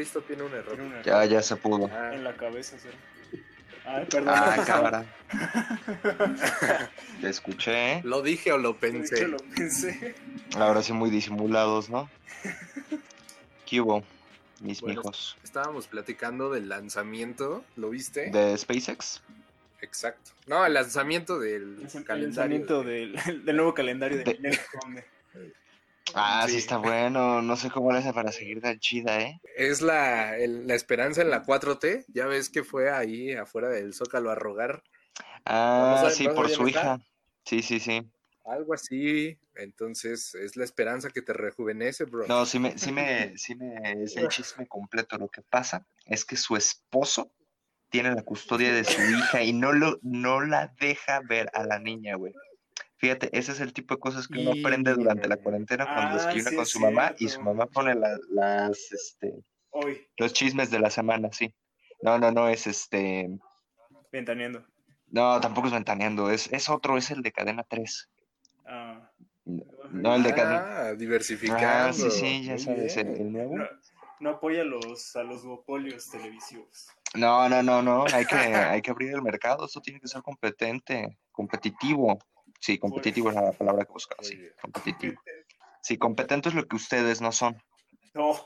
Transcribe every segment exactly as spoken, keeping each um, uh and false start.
Risto tiene un error. Tiene un error. Ya, ya se pudo. Ah, En la cabeza, ¿sí? Ay, perdón. Ah, cámara. Te escuché, ¿eh? ¿Lo dije o lo Yo pensé? lo pensé. Ahora sí muy disimulados, ¿no? ¿Qué hubo, mis Bueno, mijos? Estábamos platicando del lanzamiento, ¿lo viste? ¿De SpaceX? Exacto. No, el lanzamiento del El lanzamiento calendario. de- del, del nuevo calendario de De- Ninel Conde. Ah, sí. Sí. Está bueno. No sé cómo le hace para seguir tan chida, ¿eh? Es la, el- la esperanza en la cuatro T. Ya ves que fue ahí afuera del Zócalo a rogar. Ah, ¿No sab- sí, no por sabían su esta? hija. Sí, sí, sí. Algo así. Entonces, es la esperanza que te rejuvenece, bro. No, sí me, sí me, sí me es el chisme completo. Lo que pasa es que su esposo tiene la custodia de su hija y no lo, no la deja ver a la niña, güey. Fíjate, ese es el tipo de cosas que uno Y... aprende durante la cuarentena cuando Ah, desayuna sí con es su mamá y su cierto. mamá pone la- las, este, Hoy, los chismes de la semana, sí. No, no, no, es este, ventaneando. no, tampoco es ventaneando, es, es otro, es el de Cadena tres. Ah, No, el de Cadena. Ah, diversificando. Ah, sí, sí, ya Muy sabes, el, bien. el nuevo. no, no apoya a los, a los duopolios televisivos. No, no, no, no, hay que, hay que abrir el mercado, esto tiene que ser competente, competitivo. Sí, competitivo es la palabra que buscaba, Muy sí, bien. competitivo. Sí, competente es lo que ustedes no son. No.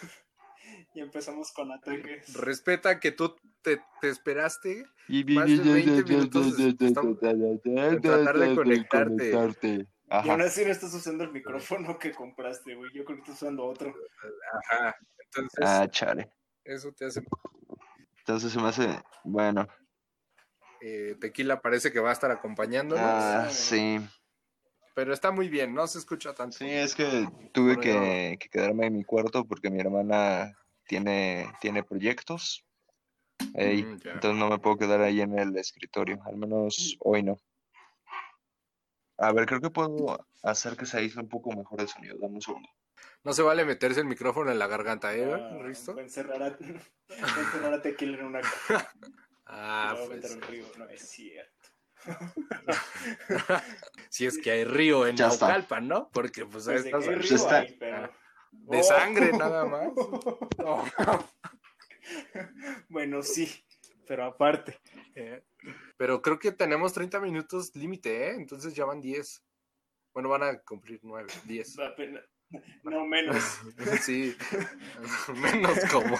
Y empezamos con ataques. Respeta que tú te, te esperaste Y más de veinte minutos estamos- en tratar de conectarte. Y aún Ajá. así no estás usando el micrófono que compraste, güey. Yo creo que estás usando otro. Ajá. Entonces, Ah, chale. eso te hace... Entonces se me hace, bueno. eh, Tequila parece que va a estar acompañándonos, Ah, sí. pero está muy bien, no se escucha tanto. Sí, es que tuve Pero que, que quedarme en mi cuarto porque mi hermana tiene, tiene proyectos. Ey, Mm, ya. entonces no me puedo quedar ahí en el escritorio, al menos hoy no. A ver, creo que puedo hacer que se aísle un poco mejor el sonido. Dame un segundo. No se vale meterse el micrófono en la garganta, ¿eh, Ah, Risto? va a encerrar a, va a encerrar a Tequila en una caja. Ah, Y lo va a pues. meter al río. No es cierto. Si es que hay río en Ya está. Naucalpan, ¿no? Porque pues, Pues de estas- qué Pues río está- hay, pero... de Oh. sangre nada más. No. Bueno, sí, pero aparte. Eh, Pero creo que tenemos treinta minutos límite, ¿eh? Entonces ya van diez. Bueno, van a cumplir nueve, diez. Apenas- No menos. Sí, menos como.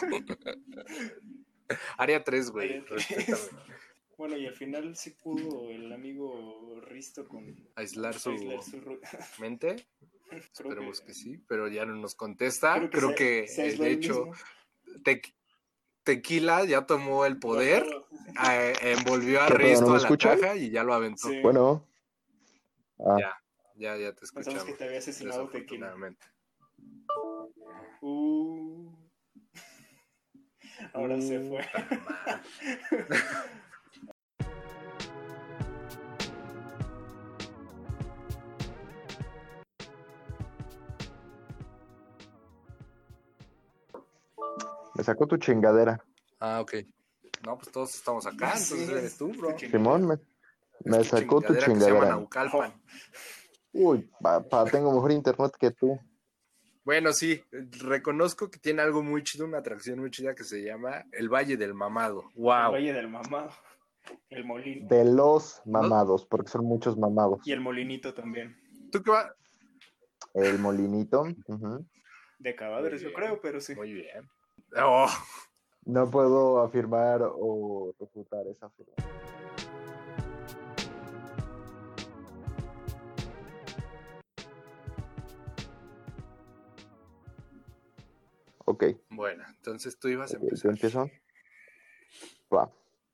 Área tres, güey. Área tres. Respétame. Bueno, y al final sí pudo el amigo Risto con Aislar su aislar su ru- mente. Creo Esperemos que- que sí, pero ya no nos contesta. Creo Creo que, que se- se eh, aisló de él hecho, mismo. Te- Tequila ya tomó el poder, eh, envolvió a ¿Qué pedo, no Risto me a la escuchan? caja y ya lo aventó. Sí. Bueno. Ah, Ya, ya, ya te Pensamos escuchamos. que te había asesinado Tequila. Desafortunadamente. Uh. Ahora se Uh. fue. me sacó tu chingadera. Ah, ok. No, pues todos estamos acá, Sí, entonces eres tú, bro. tu Simón, me, me Es tu sacó tu chingadera que se llama chingadera. Naucalpan. Uy, papá, tengo mejor internet que tú. Bueno, sí, reconozco que tiene algo muy chido, una atracción muy chida que se llama el Valle del Mamado. El Wow. Valle del Mamado. El molino. De los mamados, porque son muchos mamados. Y el molinito también. ¿Tú qué vas? El molinito. Ujú. De cadáveres, Muy yo bien, creo, pero sí. Muy bien. Oh, No puedo afirmar o refutar esa afirmación. Ok, bueno, entonces tú ibas a ok, ¿yo empezar. empiezo? Va.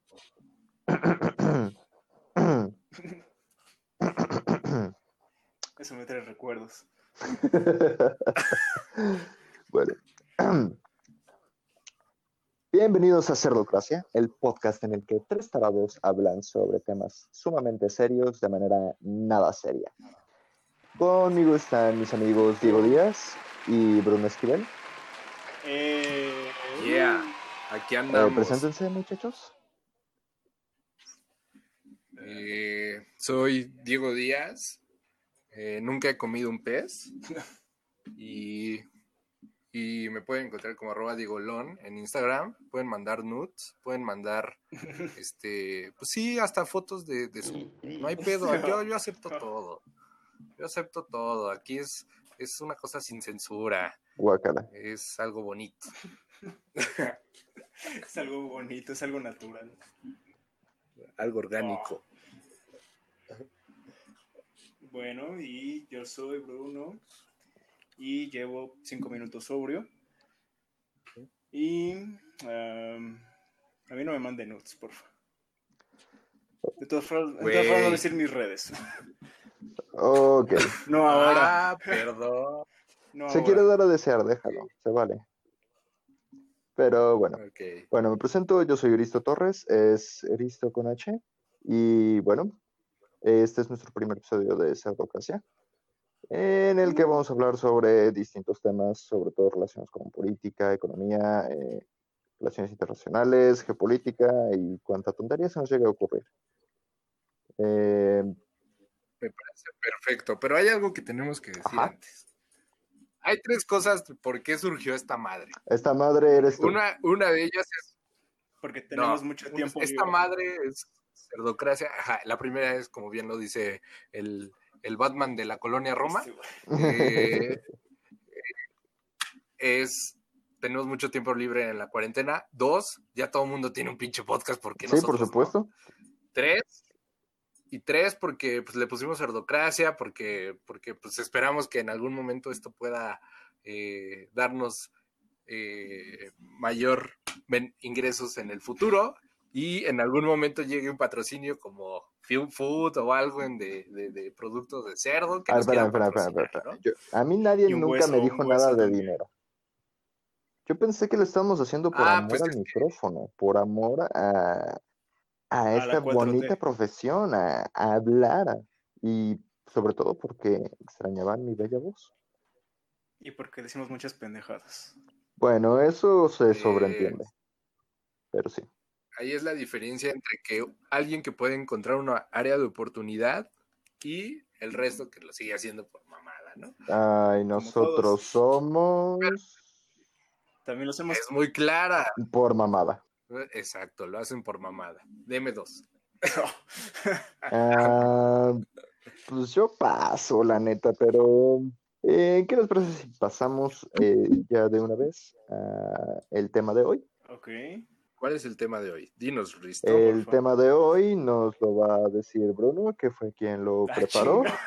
Eso me trae recuerdos. Bueno. Bienvenidos a Cerdocracia, el podcast en el que tres tarados hablan sobre temas sumamente serios de manera nada seria. Conmigo están mis amigos Diego Díaz y Bruno Esquivel. Eh, Yeah, aquí Eh, andamos. preséntense, muchachos. Eh, soy Diego Díaz. Eh, nunca he comido un pez. Y y me pueden encontrar como arroba digolón en Instagram. Pueden mandar nudes, pueden mandar, este, pues sí, hasta fotos de, de su... No hay pedo, yo, yo acepto todo. Yo acepto todo. Aquí es, es una cosa sin censura. Guácala. Es algo bonito. Es algo bonito, es algo natural. Algo orgánico. Oh. Bueno, y yo soy Bruno y llevo cinco minutos sobrio. Y um, a mí no me manden nudes, por favor. De todas formas, de todas formas no voy a decir mis redes. Ok. No ahora. Ah, perdón. No Se ahora. quiere dar a desear, déjalo, se vale. Pero bueno, Okay. bueno, me presento, yo soy Eristo Torres, es Eristo con H, y bueno, este es nuestro primer episodio de Cerdocracia, en el que vamos a hablar sobre distintos temas, sobre todo relacionados con política, economía, eh, relaciones internacionales, geopolítica y cuánta tontería se nos llegue a ocurrir. Eh, Me parece perfecto, pero hay algo que tenemos que decir Ajá. antes. Hay tres cosas por qué surgió esta madre. esta madre eres tú. Una, una de ellas es... Porque tenemos no, mucho tiempo esta libre. madre es Cerdocracia. Ajá, la primera es, como bien lo dice el, el Batman de la colonia Roma. Este, Eh, es... Tenemos mucho tiempo libre en la cuarentena. Dos, ya todo el mundo tiene un pinche podcast porque Sí, por nosotros supuesto. no. Tres, y tres, porque pues, le pusimos Cerdocracia, porque, porque pues, esperamos que en algún momento esto pueda eh, darnos eh, mayor ben- ingresos en el futuro y en algún momento llegue un patrocinio como Fuel Food o algo en de, de, de productos de cerdo que A ver, nos espera, quieran espera, espera, espera, patrocinar, espera. ¿no? Yo- a mí nadie Y un nunca hueso, me dijo un nada hueso de también. dinero. Yo pensé que lo estábamos haciendo por Ah, amor pues al es que- micrófono, por amor a, a A esta la cuatro T. bonita profesión, a, a hablar, y sobre todo porque extrañaban mi bella voz. Y porque decimos muchas pendejadas. Bueno, eso se eh, sobreentiende, pero sí. ahí es la diferencia entre que alguien que puede encontrar una área de oportunidad y el resto que lo sigue haciendo por mamada, ¿no? Ay, Como nosotros todos. somos También lo hacemos. Es muy clara. por mamada. Exacto, lo hacen por mamada. Deme dos. Ah, pues yo paso, la neta, pero eh, ¿qué les parece si pasamos eh, ya de una vez al tema de hoy? Ok. ¿Cuál es el tema de hoy? Dinos, Risto. El favor. tema de hoy nos lo va a decir Bruno, que fue quien lo Ah, preparó. chinga.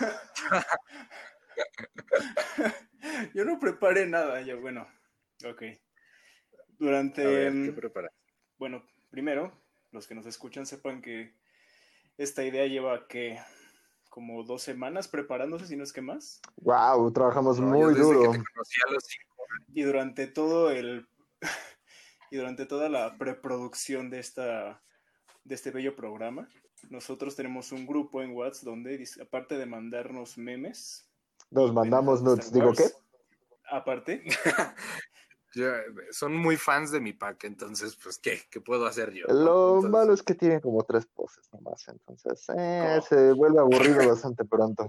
Yo no preparé nada, ya bueno. Ok. Durante. A ver, ¿qué preparas? Bueno, primero, los que nos escuchan sepan que esta idea lleva que como dos semanas preparándose, si no es que más. Wow, trabajamos No, muy yo desde duro. que te conocí a los cinco. Y durante todo el. y durante toda la preproducción de esta. de este bello programa, nosotros tenemos un grupo en WhatsApp donde, aparte de mandarnos memes, Nos y mandamos pendejadas de nudes, Star digo, Wars, ¿qué? aparte, Yo- son muy fans de mi pack, entonces, pues, ¿qué? ¿Qué puedo hacer yo? Lo ¿no? Entonces, malo es que tienen como tres poses nomás, entonces eh, ¿cómo? se vuelve aburrido bastante pronto.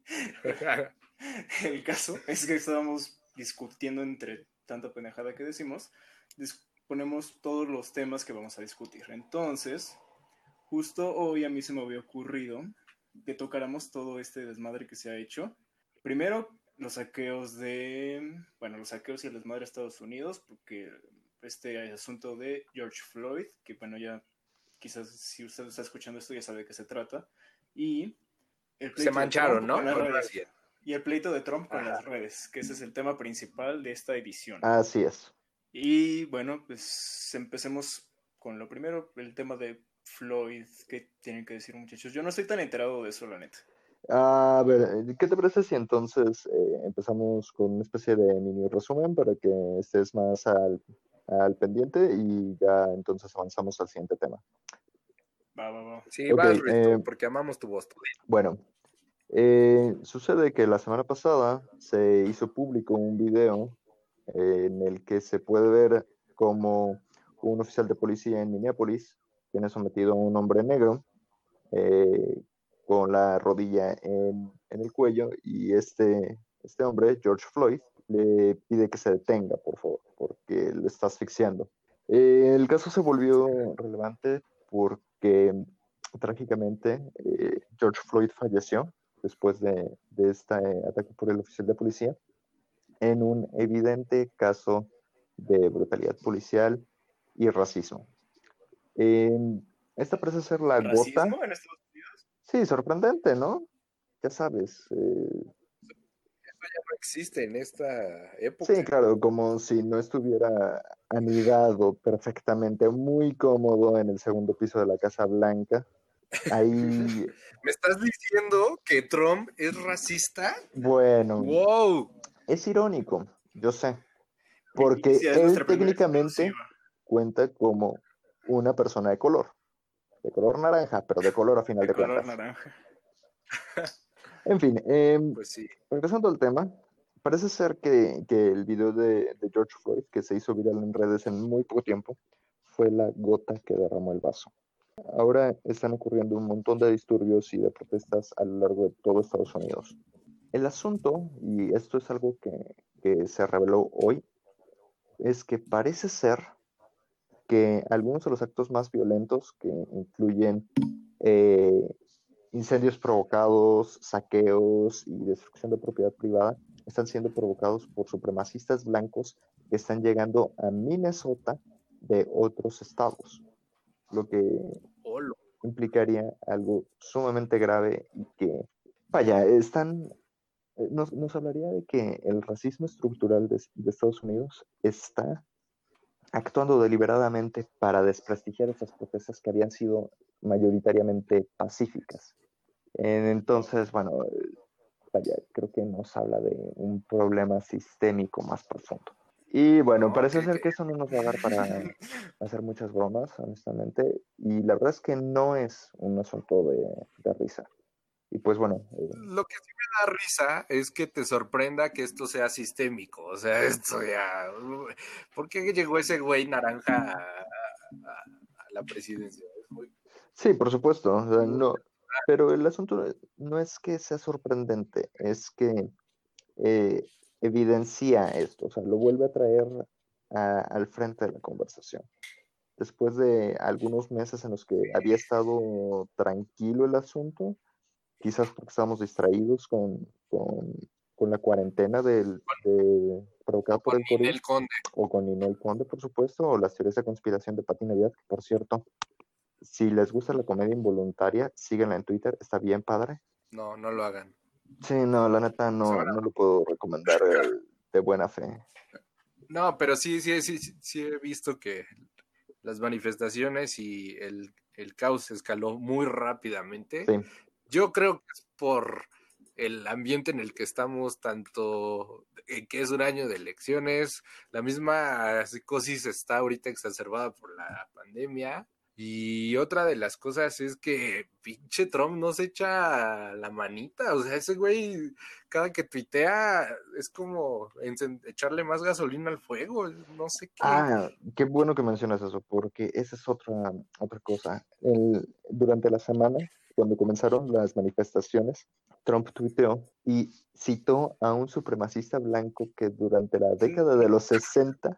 El caso es que estábamos discutiendo entre tanta pendejada que decimos, dis- ponemos todos los temas que vamos a discutir. Entonces, justo hoy a mí se me había ocurrido que tocáramos todo este desmadre que se ha hecho. Primero, los saqueos de, bueno, los saqueos y el desmadre de Estados Unidos, porque este asunto de George Floyd, que bueno, ya quizás si usted está escuchando esto ya sabe de qué se trata, y el pleito se mancharon, de Trump ¿no? con las Con redes. alguien. Y el pleito de Trump con Ajá. las redes, que ese es el tema principal de esta edición. Así es. Y bueno, pues empecemos con lo primero, el tema de Floyd. ¿Qué tienen que decir, muchachos? Yo no estoy tan enterado de eso, la neta. A ver, ¿qué te parece si entonces eh, empezamos con una especie de mini resumen para que estés más al, al pendiente y ya entonces avanzamos al siguiente tema? Va, va, va. Sí, Ok, vas, Risto, eh, porque amamos tu voz. bueno, eh, sucede que la semana pasada se hizo público un video eh, en el que se puede ver como un oficial de policía en Minneapolis tiene sometido a un hombre negro eh, con la rodilla en, en el cuello y este, este hombre, George Floyd, le pide que se detenga, por favor, porque lo está asfixiando. Eh, el caso se volvió relevante porque trágicamente eh, George Floyd falleció después de, de este ataque por el oficial de policía en un evidente caso de brutalidad policial y racismo. Eh, esta parece ser la gota. ¿Racismo en Estados Unidos? Sí, sorprendente, ¿no? Ya sabes. Eh... Ya no existe en esta época. Sí, claro, como si no estuviera anidado perfectamente, muy cómodo en el segundo piso de la Casa Blanca. Ahí. ¿Me estás diciendo que Trump es racista? Bueno. ¡Wow! Es irónico, yo sé. Porque sí, él técnicamente cuenta como una persona de color. De color naranja, pero de color a final de, de color cuentas. naranja. En fin, eh, pues sí. Regresando al tema, parece ser que, que el video de, de George Floyd, que se hizo viral en redes en muy poco tiempo, fue la gota que derramó el vaso. Ahora están ocurriendo un montón de disturbios y de protestas a lo largo de todo Estados Unidos. El asunto, y esto es algo que, que se reveló hoy, es que parece ser que algunos de los actos más violentos, que incluyen eh, incendios provocados, saqueos y destrucción de propiedad privada, están siendo provocados por supremacistas blancos que están llegando a Minnesota de otros estados, lo que Olo. implicaría algo sumamente grave y que, vaya, están, nos, nos hablaría de que el racismo estructural de, de Estados Unidos está actuando deliberadamente para desprestigiar estas protestas que habían sido mayoritariamente pacíficas. Entonces, bueno, vaya, creo que nos habla de un problema sistémico más profundo. Y bueno, No, parece que, ser que... que eso no nos va a dar para hacer muchas bromas, honestamente. Y la verdad es que no es un asunto de, de risa. Y pues bueno. Eh... Lo que sí me da risa es que te sorprenda que esto sea sistémico. O sea, esto ya. ¿Por qué llegó ese güey naranja a, a, a la presidencia? Es muy... Sí, por supuesto. O sea, no, pero el asunto no es que sea sorprendente, es que eh, evidencia esto, o sea, lo vuelve a traer a, al frente de la conversación. Después de algunos meses en los que había estado tranquilo el asunto, quizás porque estábamos distraídos con, con, con la cuarentena del, de, provocada por el COVID, o con Ninel Conde, por supuesto, o las teorías de conspiración de Pati Navidad, que por cierto, si les gusta la comedia involuntaria, síganla en Twitter, está bien padre. No, no lo hagan. Sí, no, la neta no, no lo puedo recomendar de, de buena fe. No, pero sí, sí, sí, sí he visto que las manifestaciones y el, el caos escaló muy rápidamente. Sí. Yo creo que es por el ambiente en el que estamos, tanto en que es un año de elecciones, la misma psicosis está ahorita exacerbada por la pandemia. Y otra de las cosas es que pinche Trump no se echa la manita, o sea, ese güey cada que tuitea es como echarle más gasolina al fuego, no sé qué. Ah, qué bueno que mencionas eso, porque esa es otra, otra cosa. El, durante la semana, cuando comenzaron las manifestaciones, Trump tuiteó y citó a un supremacista blanco que durante la década de los sesenta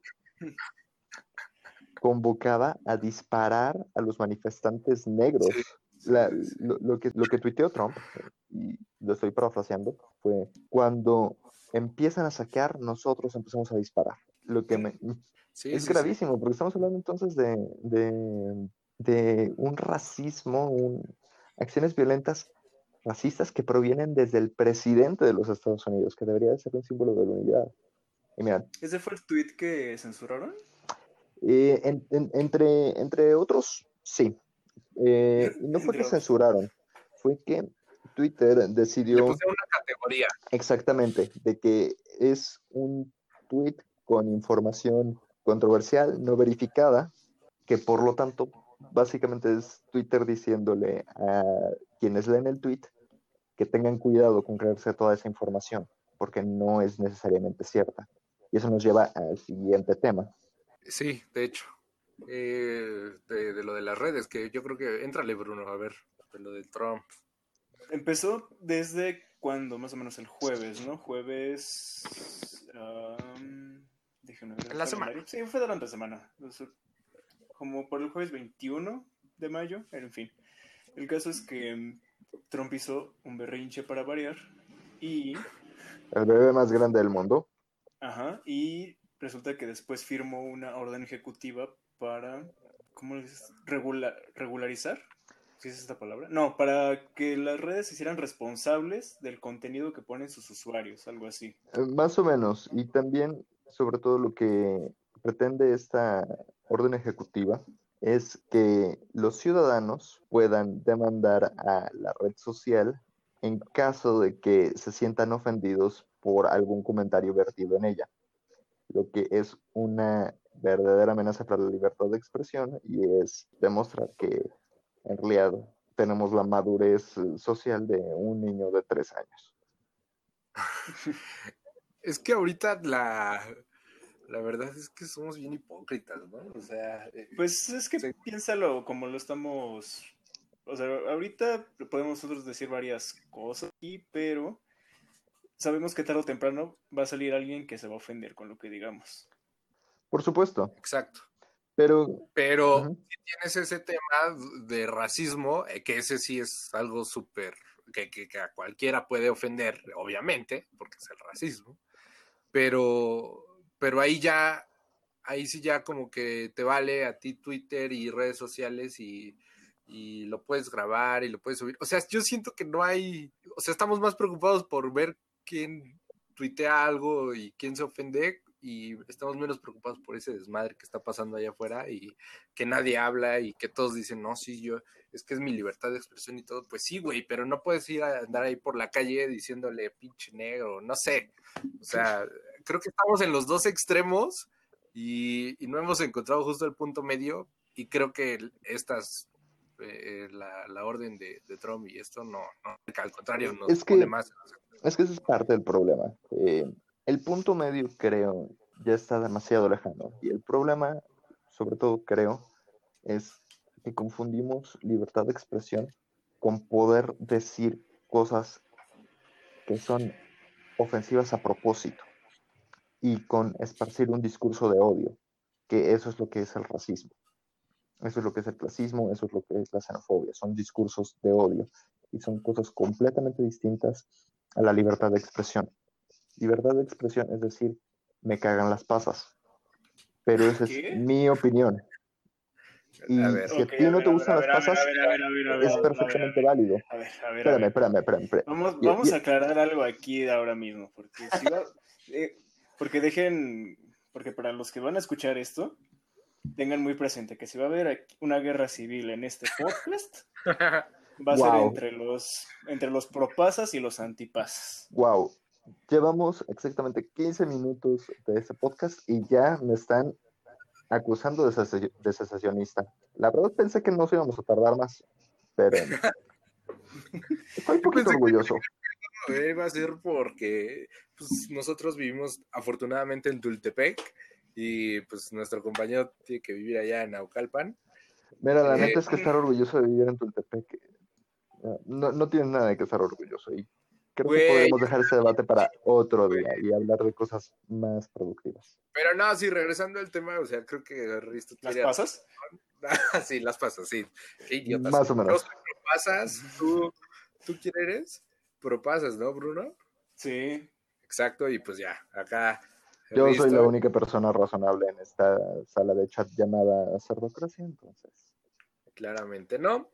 convocaba a disparar a los manifestantes negros. Sí, sí, la, sí. Lo, lo, que, lo que tuiteó Trump, y lo estoy parafraseando, fue: cuando empiezan a saquear, nosotros empezamos a disparar. Lo que me, sí, es sí, gravísimo, sí. Porque estamos hablando entonces de, de, de un racismo, un, acciones violentas racistas que provienen desde el presidente de los Estados Unidos, que debería ser un símbolo de la unidad. Y mira, ¿ese fue el tweet que censuraron? Eh, en, en, entre, entre otros, sí. Eh, y no fue que censuraron, fue que Twitter decidió... Le pusieron una categoría. Exactamente, de que es un tweet con información controversial, no verificada, que por lo tanto, básicamente es Twitter diciéndole a quienes leen el tweet que tengan cuidado con creerse toda esa información, porque no es necesariamente cierta. Y eso nos lleva al siguiente tema. Sí, de hecho, eh, de, de lo de las redes, que yo creo que, éntrale Bruno, a ver, de lo del Trump. Empezó desde cuando, más o menos el jueves, ¿no? Jueves... Um, déjenme ver el En la calendario. semana. Sí, fue durante la semana. Como por el jueves veintiuno de mayo, en fin. El caso es que Trump hizo un berrinche para variar y... El bebé más grande del mundo. Ajá, y resulta que después firmó una orden ejecutiva para, ¿cómo le dices? Regula- regularizar, ¿sí es esta palabra? No, para que las redes se hicieran responsables del contenido que ponen sus usuarios, algo así. Eh, Más o menos. Y también, sobre todo, lo que pretende esta orden ejecutiva es que los ciudadanos puedan demandar a la red social en caso de que se sientan ofendidos por algún comentario vertido en ella, lo que es una verdadera amenaza para la libertad de expresión y es demostrar que en realidad tenemos la madurez eh, social de un niño de tres años. Es que ahorita la, la verdad es que somos bien hipócritas, ¿no? O sea, eh, Pues es que sí, piénsalo como lo estamos, o sea, ahorita podemos nosotros decir varias cosas aquí, pero sabemos que tarde o temprano va a salir alguien que se va a ofender con lo que digamos. Por supuesto, exacto. pero Pero ujú, si tienes ese tema de racismo, eh, que ese sí es algo súper, que, que, que a cualquiera puede ofender, obviamente, porque es el racismo, pero, pero ahí ya, ahí sí ya como que te vale a ti Twitter y redes sociales y, y lo puedes grabar y lo puedes subir. O sea, yo siento que no hay, o sea, estamos más preocupados por ver quién tuitea algo y quién se ofende y estamos menos preocupados por ese desmadre que está pasando allá afuera y que nadie habla y que todos dicen, no, sí, yo, es que es mi libertad de expresión y todo. Pues sí, güey, pero no puedes ir a andar ahí por la calle diciéndole pinche negro, no sé. O sea, creo que estamos en los dos extremos y, y no hemos encontrado justo el punto medio y creo que estas, eh, la, la, orden de, de Trump y esto no, no, al contrario, nos es pone que, más. es que ese es parte del problema. Eh, el punto medio, creo, ya está demasiado lejano. Y el problema, sobre todo, creo, es que confundimos libertad de expresión con poder decir cosas que son ofensivas a propósito y con esparcir un discurso de odio, que eso es lo que es el racismo. Eso es lo que es el clasismo, eso es lo que es la xenofobia. Son discursos de odio y son cosas completamente distintas a la libertad de expresión. Libertad de expresión es decir, me cagan las pasas, pero esa es ¿Qué? mi opinión. A Y ver, si a Ok, ti a no ver, te a ver, gustan a las ver, a ver, a pasas, ver, a ver, a ver, a ver, es a ver, a ver, perfectamente válido. a ver, a ver, a Espérame, ver. espérame, espérame. espérame. Vamos, Y- vamos y- a aclarar algo aquí ahora mismo, porque si va, eh, porque dejen, porque para los que van a escuchar esto, tengan muy presente que si va a haber aquí una guerra civil en este podcast, va a ser wow, entre los, entre los propasas y los antipasas. wow. Llevamos exactamente quince minutos de este podcast y ya me están acusando de, sece- de secesionista. La verdad pensé que nos íbamos a tardar más, pero estoy un yo poquito pensé orgulloso. que iba a ser porque pues, nosotros vivimos afortunadamente en Tultepec y pues nuestro compañero tiene que vivir allá en Naucalpan. Mira, la Eh, neta es que estar orgulloso de vivir en Tultepec eh, no, no tienes nada de que estar orgulloso. Y creo que güey, podemos dejar ese debate para otro día y hablar de cosas más productivas. pero no, sí, regresando al tema, o sea, creo que Risto ¿Las tiene razón. pasas? Sí, las pasas, sí. Qué idiota Más soy. o Yo menos. soy propasas, tú, ¿tú quién eres? Propasas, ¿no, Bruno? Sí. Exacto, y pues ya, acá Yo soy Risto, la única persona razonable en esta sala de chat llamada Cerdocracia, entonces. claramente no,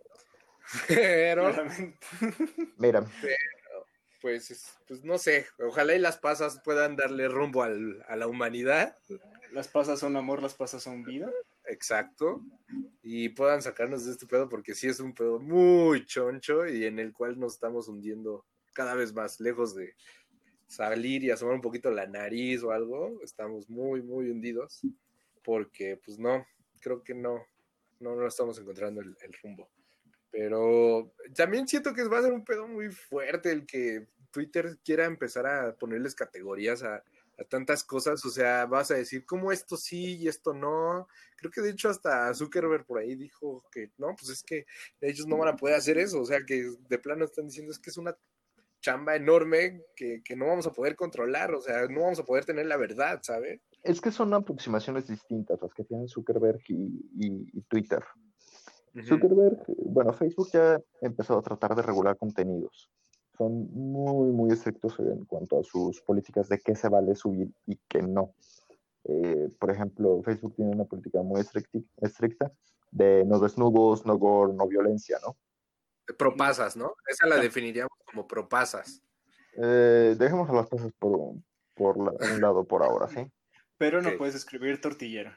pero, Claramente. Mira, pero pues, es- pues no sé, ojalá y las pasas puedan darle rumbo al, a la humanidad, Las pasas son amor, las pasas son vida. exacto, y puedan sacarnos de este pedo, porque sí es un pedo muy choncho y en el cual nos estamos hundiendo cada vez más lejos de salir y asomar un poquito la nariz o algo, estamos muy, muy hundidos, porque pues no, creo que no, no, no estamos encontrando el, el rumbo. Pero también siento que va a ser un pedo muy fuerte el que Twitter quiera empezar a ponerles categorías a, a tantas cosas, o sea, vas a decir, ¿cómo esto sí y esto no? Creo que de hecho hasta Zuckerberg por ahí dijo que no, pues es que ellos no van a poder hacer eso, o sea, que de plano están diciendo es que es una chamba enorme que, que no vamos a poder controlar, o sea, no vamos a poder tener la verdad, ¿sabes? Es que son aproximaciones distintas las que tienen Zuckerberg y, y, y Twitter. Uh-huh. Zuckerberg, bueno, Facebook ya empezó a tratar de regular contenidos. Son muy, muy estrictos en cuanto a sus políticas de qué se vale subir y qué no. Eh, por ejemplo, Facebook tiene una política muy estricti, estricta de no desnudos, no gore, no violencia, ¿no? Propasas, ¿no? Esa la definiríamos como propasas. Eh, dejemos a las pasas por, por la, un lado por ahora, ¿sí? Pero no okay. puedes escribir tortillera.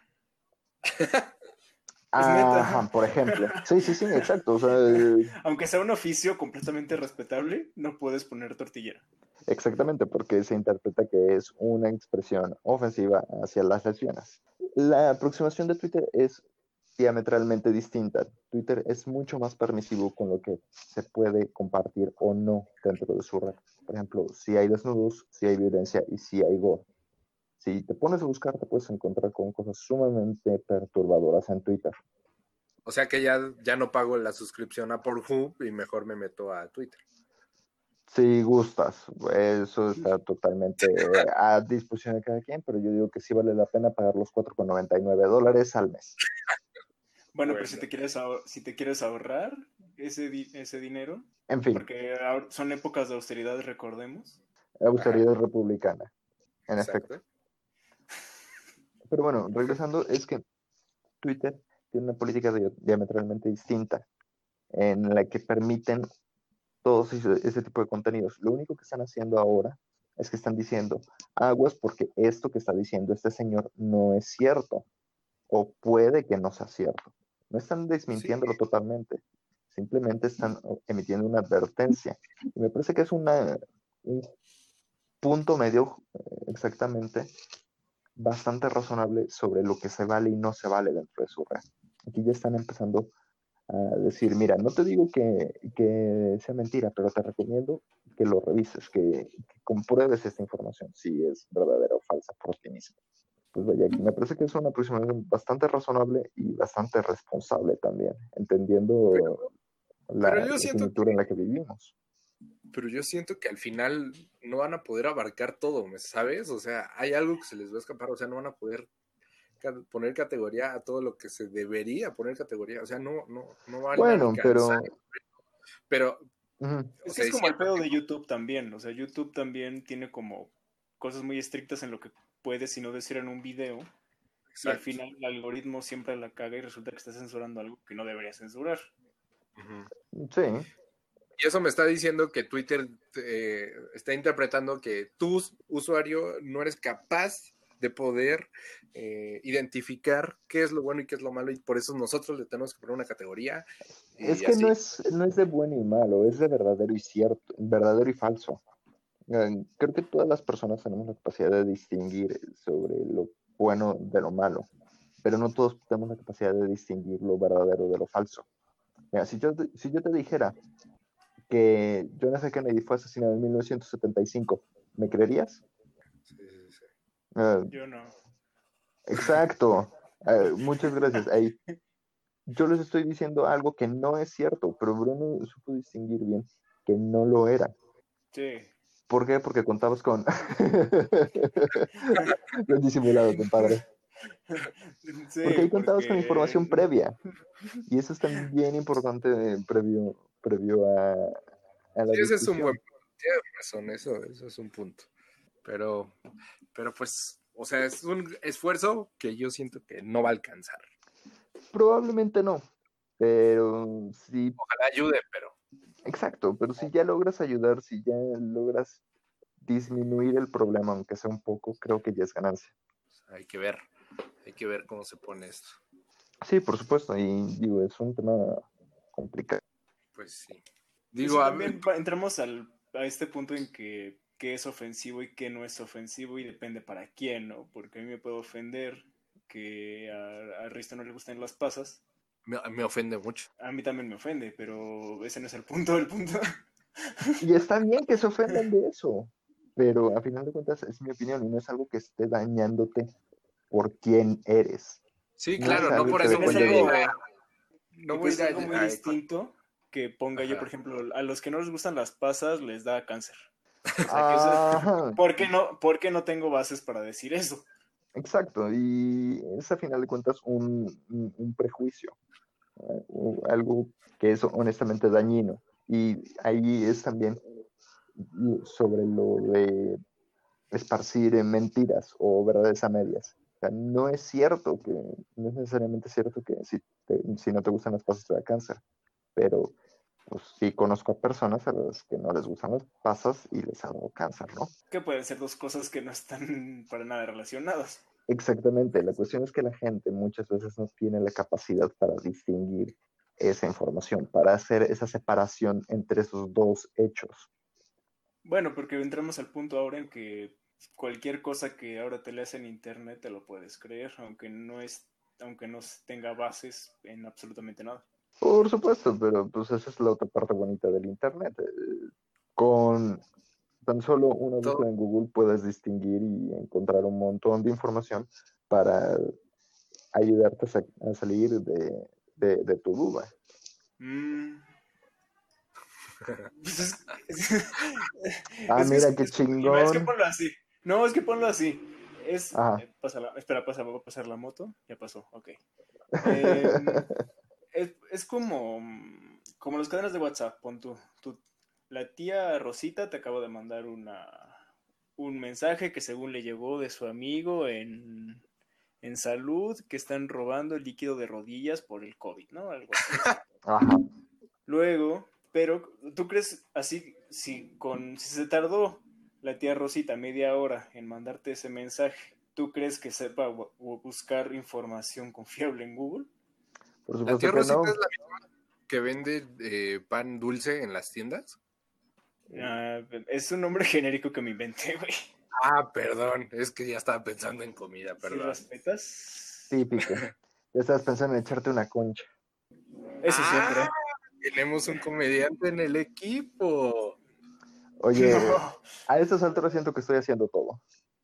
Ajá, por ejemplo. Sí, sí, sí, exacto. O sea, eh... Aunque sea un oficio completamente respetable, no puedes poner tortillera. Exactamente, porque se interpreta que es una expresión ofensiva hacia las lesbianas. La aproximación de Twitter es diametralmente distinta. Twitter es mucho más permisivo con lo que se puede compartir o no dentro de su red. Por ejemplo, si hay desnudos, si hay violencia y si hay gore. Si te pones a buscar, te puedes encontrar con cosas sumamente perturbadoras en Twitter. O sea que ya, ya no pago la suscripción a Pornhub y mejor me meto a Twitter. Si gustas, eso está totalmente a disposición de cada quien, pero yo digo que sí vale la pena pagar los cuatro con noventa y nueve dólares al mes. Bueno, bueno, pero si te quieres ahor- si te quieres ahorrar ese, di- ese dinero, en fin, porque ahor- son épocas de austeridad, recordemos. Austeridad republicana, en Exacto. efecto. Pero bueno, regresando, es que Twitter tiene una política di- diametralmente distinta, en la que permiten todos ese, ese tipo de contenidos. Lo único que están haciendo ahora es que están diciendo aguas porque esto que está diciendo este señor no es cierto, o puede que no sea cierto. No están desmintiéndolo sí. totalmente, simplemente están emitiendo una advertencia. Y me parece que es una, un punto medio exactamente bastante razonable sobre lo que se vale y no se vale dentro de su red. Aquí ya están empezando a decir, mira, no te digo que, que sea mentira, pero te recomiendo que lo revises, que, que compruebes esta información, si es verdadera o falsa por ti mismo. Pues vaya, me parece que es una aproximación bastante razonable y bastante responsable también, entendiendo pero, la, pero yo la siento coyuntura que, en la que vivimos. Pero yo siento que al final no van a poder abarcar todo, ¿sabes? O sea, hay algo que se les va a escapar, o sea, no van a poder poner categoría a todo lo que se debería poner categoría, o sea, no, no, no van bueno, a alcanzar. pero... Pero, uh-huh. es que sea, es como el pedo de YouTube también, o sea, YouTube también tiene como cosas muy estrictas en lo que puedes y no decir en un video. Exacto. Y al final el algoritmo siempre la caga y resulta que está censurando algo que no debería censurar. Uh-huh. Sí. Y eso me está diciendo que Twitter eh, está interpretando que tú, usuario, no eres capaz de poder eh, identificar qué es lo bueno y qué es lo malo, y por eso nosotros le tenemos que poner una categoría. Es que no es, no es de bueno y malo, es de verdadero y cierto, verdadero y falso. Eh, creo que todas las personas tenemos la capacidad de distinguir sobre lo bueno de lo malo, pero no todos tenemos la capacidad de distinguir lo verdadero de lo falso. Mira, si yo, si yo te dijera que John F. Kennedy fue asesinado en mil novecientos setenta y cinco, ¿me creerías? Sí, sí, sí. Uh, yo no. Exacto. Uh, muchas gracias. Ahí. Yo les estoy diciendo algo que no es cierto, pero Bruno supo distinguir bien que no lo era. Sí. ¿Por qué? Porque contabas con... Lo he disimulado, compadre. Sí, porque ahí contabas porque... con información previa. Y eso es también bien importante eh, previo, previo a, a la sí, ese discusión. es un buen punto. Tienes razón, eso, eso es un punto. Pero, pero pues, o sea, es un esfuerzo que yo siento que no va a alcanzar. Probablemente no, pero sí. Ojalá ayude, pero. Exacto, pero si ya logras ayudar, si ya logras disminuir el problema, aunque sea un poco, creo que ya es ganancia. Hay que ver, hay que ver cómo se pone esto. Sí, por supuesto, y digo, es un tema complicado. Pues sí. Digo, sí, también a... entramos al, a este punto en que qué es ofensivo y qué no es ofensivo y depende para quién, ¿no? Porque a mí me puede ofender que a, a Risto no le gusten las pasas. Me, me ofende mucho. A mí también me ofende, pero ese no es el punto del punto. Y está bien que se ofendan de eso, pero a final de cuentas es mi opinión y no es algo que esté dañándote por quién eres. Sí, claro, no, no por eso voy a ir a... No voy a ir a, algo muy a... distinto que ponga yo, Ajá. por ejemplo, a los que no les gustan las pasas les da cáncer. O sea, que eso, Ajá, ¿por qué no, por qué no tengo bases para decir eso? exacto, y es a final de cuentas un, un- un prejuicio, ¿eh? U- algo que es honestamente dañino. Y ahí es también sobre lo de esparcir en mentiras o verdades a medias. O sea, no es cierto que, no es necesariamente cierto que si, te- si no te gustan las pasas te da cáncer, pero pues sí conozco a personas a las que no les gustan las pasas y les ha dado cáncer, ¿no? Que pueden ser dos cosas que no están para nada relacionadas. Exactamente, la cuestión es que la gente muchas veces no tiene la capacidad para distinguir esa información, para hacer esa separación entre esos dos hechos. Bueno, porque entramos al punto ahora en que cualquier cosa que ahora te leas en internet te lo puedes creer, aunque no es, aunque no tenga bases en absolutamente nada. Por supuesto, pero pues esa es la otra parte bonita del Internet. Eh, Con tan solo una Todo, búsqueda en Google puedes distinguir y encontrar un montón de información para ayudarte a, sa- a salir de, de, de tu duda. Mm. Pues es, es, Ah, es que mira es, qué es- es que chingón. ponlo así. No, es que ponlo así. Es. Ajá. eh, pasa la- espera, pasa, va a pasar la moto. Ya pasó, ok. Eh, es, es como, como las cadenas de WhatsApp. Pon tú, tú- la tía Rosita te acaba de mandar una, un mensaje que según le llegó de su amigo en, en salud, que están robando el líquido de rodillas por el COVID, ¿no? Algo así. Ajá. Luego, pero ¿tú crees así, si con si se tardó la tía Rosita media hora en mandarte ese mensaje, ¿tú crees que sepa bu- buscar información confiable en Google? Por la supuesto tía que Rosita no. es la que vende eh, pan dulce en las tiendas. Ah, es un nombre genérico que me inventé, güey. Ah, perdón, es que ya estaba pensando en comida, ¿Sí perdón. respetas? Típico. Ya estabas pensando en echarte una concha. Eso Ah, siempre. tenemos un comediante en el equipo. Oye, No. a estas alturas siento que estoy haciendo todo.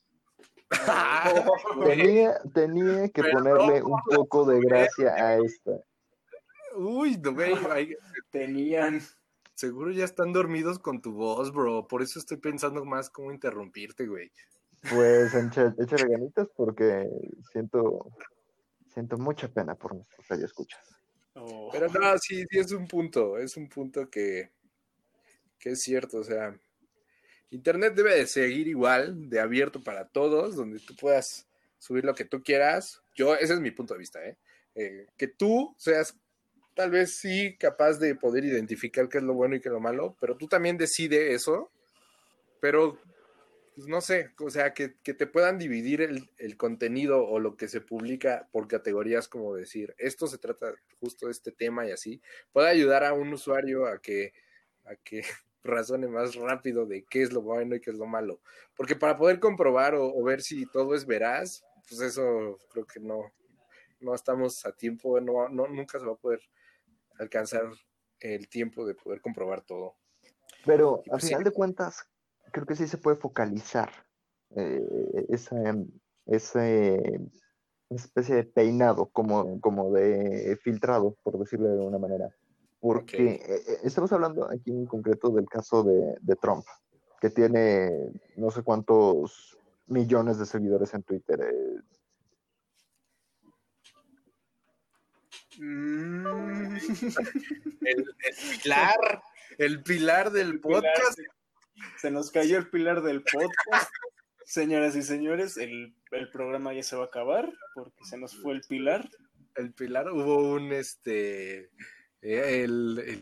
Ay, Oh. güey, Tenía, tenía que perdón ponerle un por la poco de gracia soberbia. a esta. Uy, no, güey, ay, Tenían. seguro ya están dormidos con tu voz, bro. Por eso estoy pensando más cómo interrumpirte, güey. Pues echa- échale ganitas porque siento, siento mucha pena por nuestros radioescuchas. Oh. Pero no, sí, sí es un punto, es un punto que, que es cierto, o sea, Internet debe de seguir igual, de abierto para todos, donde tú puedas subir lo que tú quieras. Yo, ese es mi punto de vista, ¿eh? Eh, que tú seas tal vez sí capaz de poder identificar qué es lo bueno y qué es lo malo, pero tú también decide eso, pero pues, no sé, o sea, que, que te puedan dividir el, el, contenido o lo que se publica por categorías, como decir, esto se trata justo de este tema y así, puede ayudar a un usuario a que, a que razone más rápido de qué es lo bueno y qué es lo malo. Porque para poder comprobar o, o ver si todo es veraz, pues eso creo que no, no estamos a tiempo, no, no, nunca se va a poder alcanzar el tiempo de poder comprobar todo. Pero Y a pues sí, final de cuentas, creo que sí se puede focalizar eh, esa, ese especie de peinado, como, como de filtrado, por decirlo de alguna manera. ok. Porque eh, eh, estamos hablando aquí en concreto del caso de, de Trump, que tiene no sé cuántos millones de seguidores en Twitter. eh, Mm. El, el pilar, el pilar del El pilar podcast. se, se nos cayó el pilar del podcast. Señoras y señores, el, el programa ya se va a acabar porque se nos fue el pilar. El pilar, hubo un este. eh, el, el,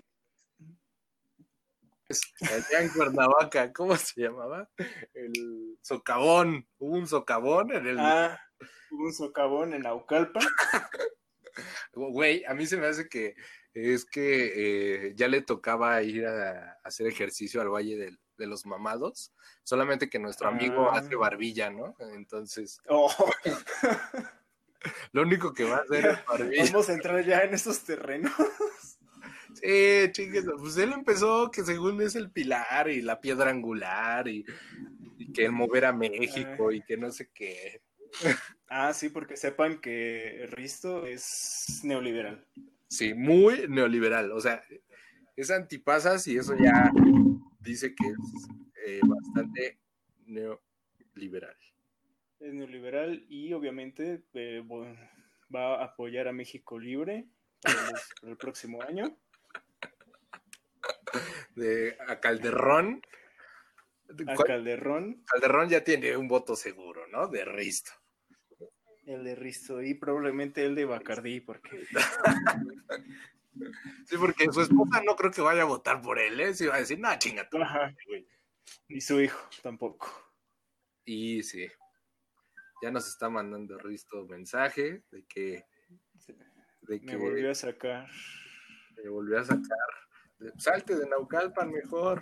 allá en Cuernavaca, ¿cómo se llamaba? El socavón. Hubo un socavón en el. Ah, hubo un socavón en Naucalpan. Güey, a mí se me hace que es que eh, ya le tocaba ir a, a hacer ejercicio al Valle del, de los Mamados, solamente que nuestro amigo Ah. hace barbilla, ¿no? Entonces, Oh. lo único que va a hacer es barbilla. Vamos a entrar ya en esos terrenos. Sí, chingues, pues él empezó que según es el pilar y la piedra angular y, y que el mover a México y que no sé qué. Ah, sí, porque sepan que Risto es neoliberal. Sí, muy neoliberal. O sea, es antipasas y eso ya dice que es eh, bastante neoliberal. Es neoliberal y obviamente eh, va a apoyar a México Libre para, los, para el próximo año. De, a Calderón. A Calderón. Calderón ya tiene un voto seguro, ¿no? De Risto. El de Risto y probablemente el de Bacardí, porque... Sí, porque su esposa no creo que vaya a votar por él, ¿eh? Sí va a decir, no, chinga tú, güey. Ni su hijo tampoco. Y sí, ya nos está mandando Risto mensaje de que... De me que volvió a sacar. Me volvió a sacar. Salte de Naucalpan mejor.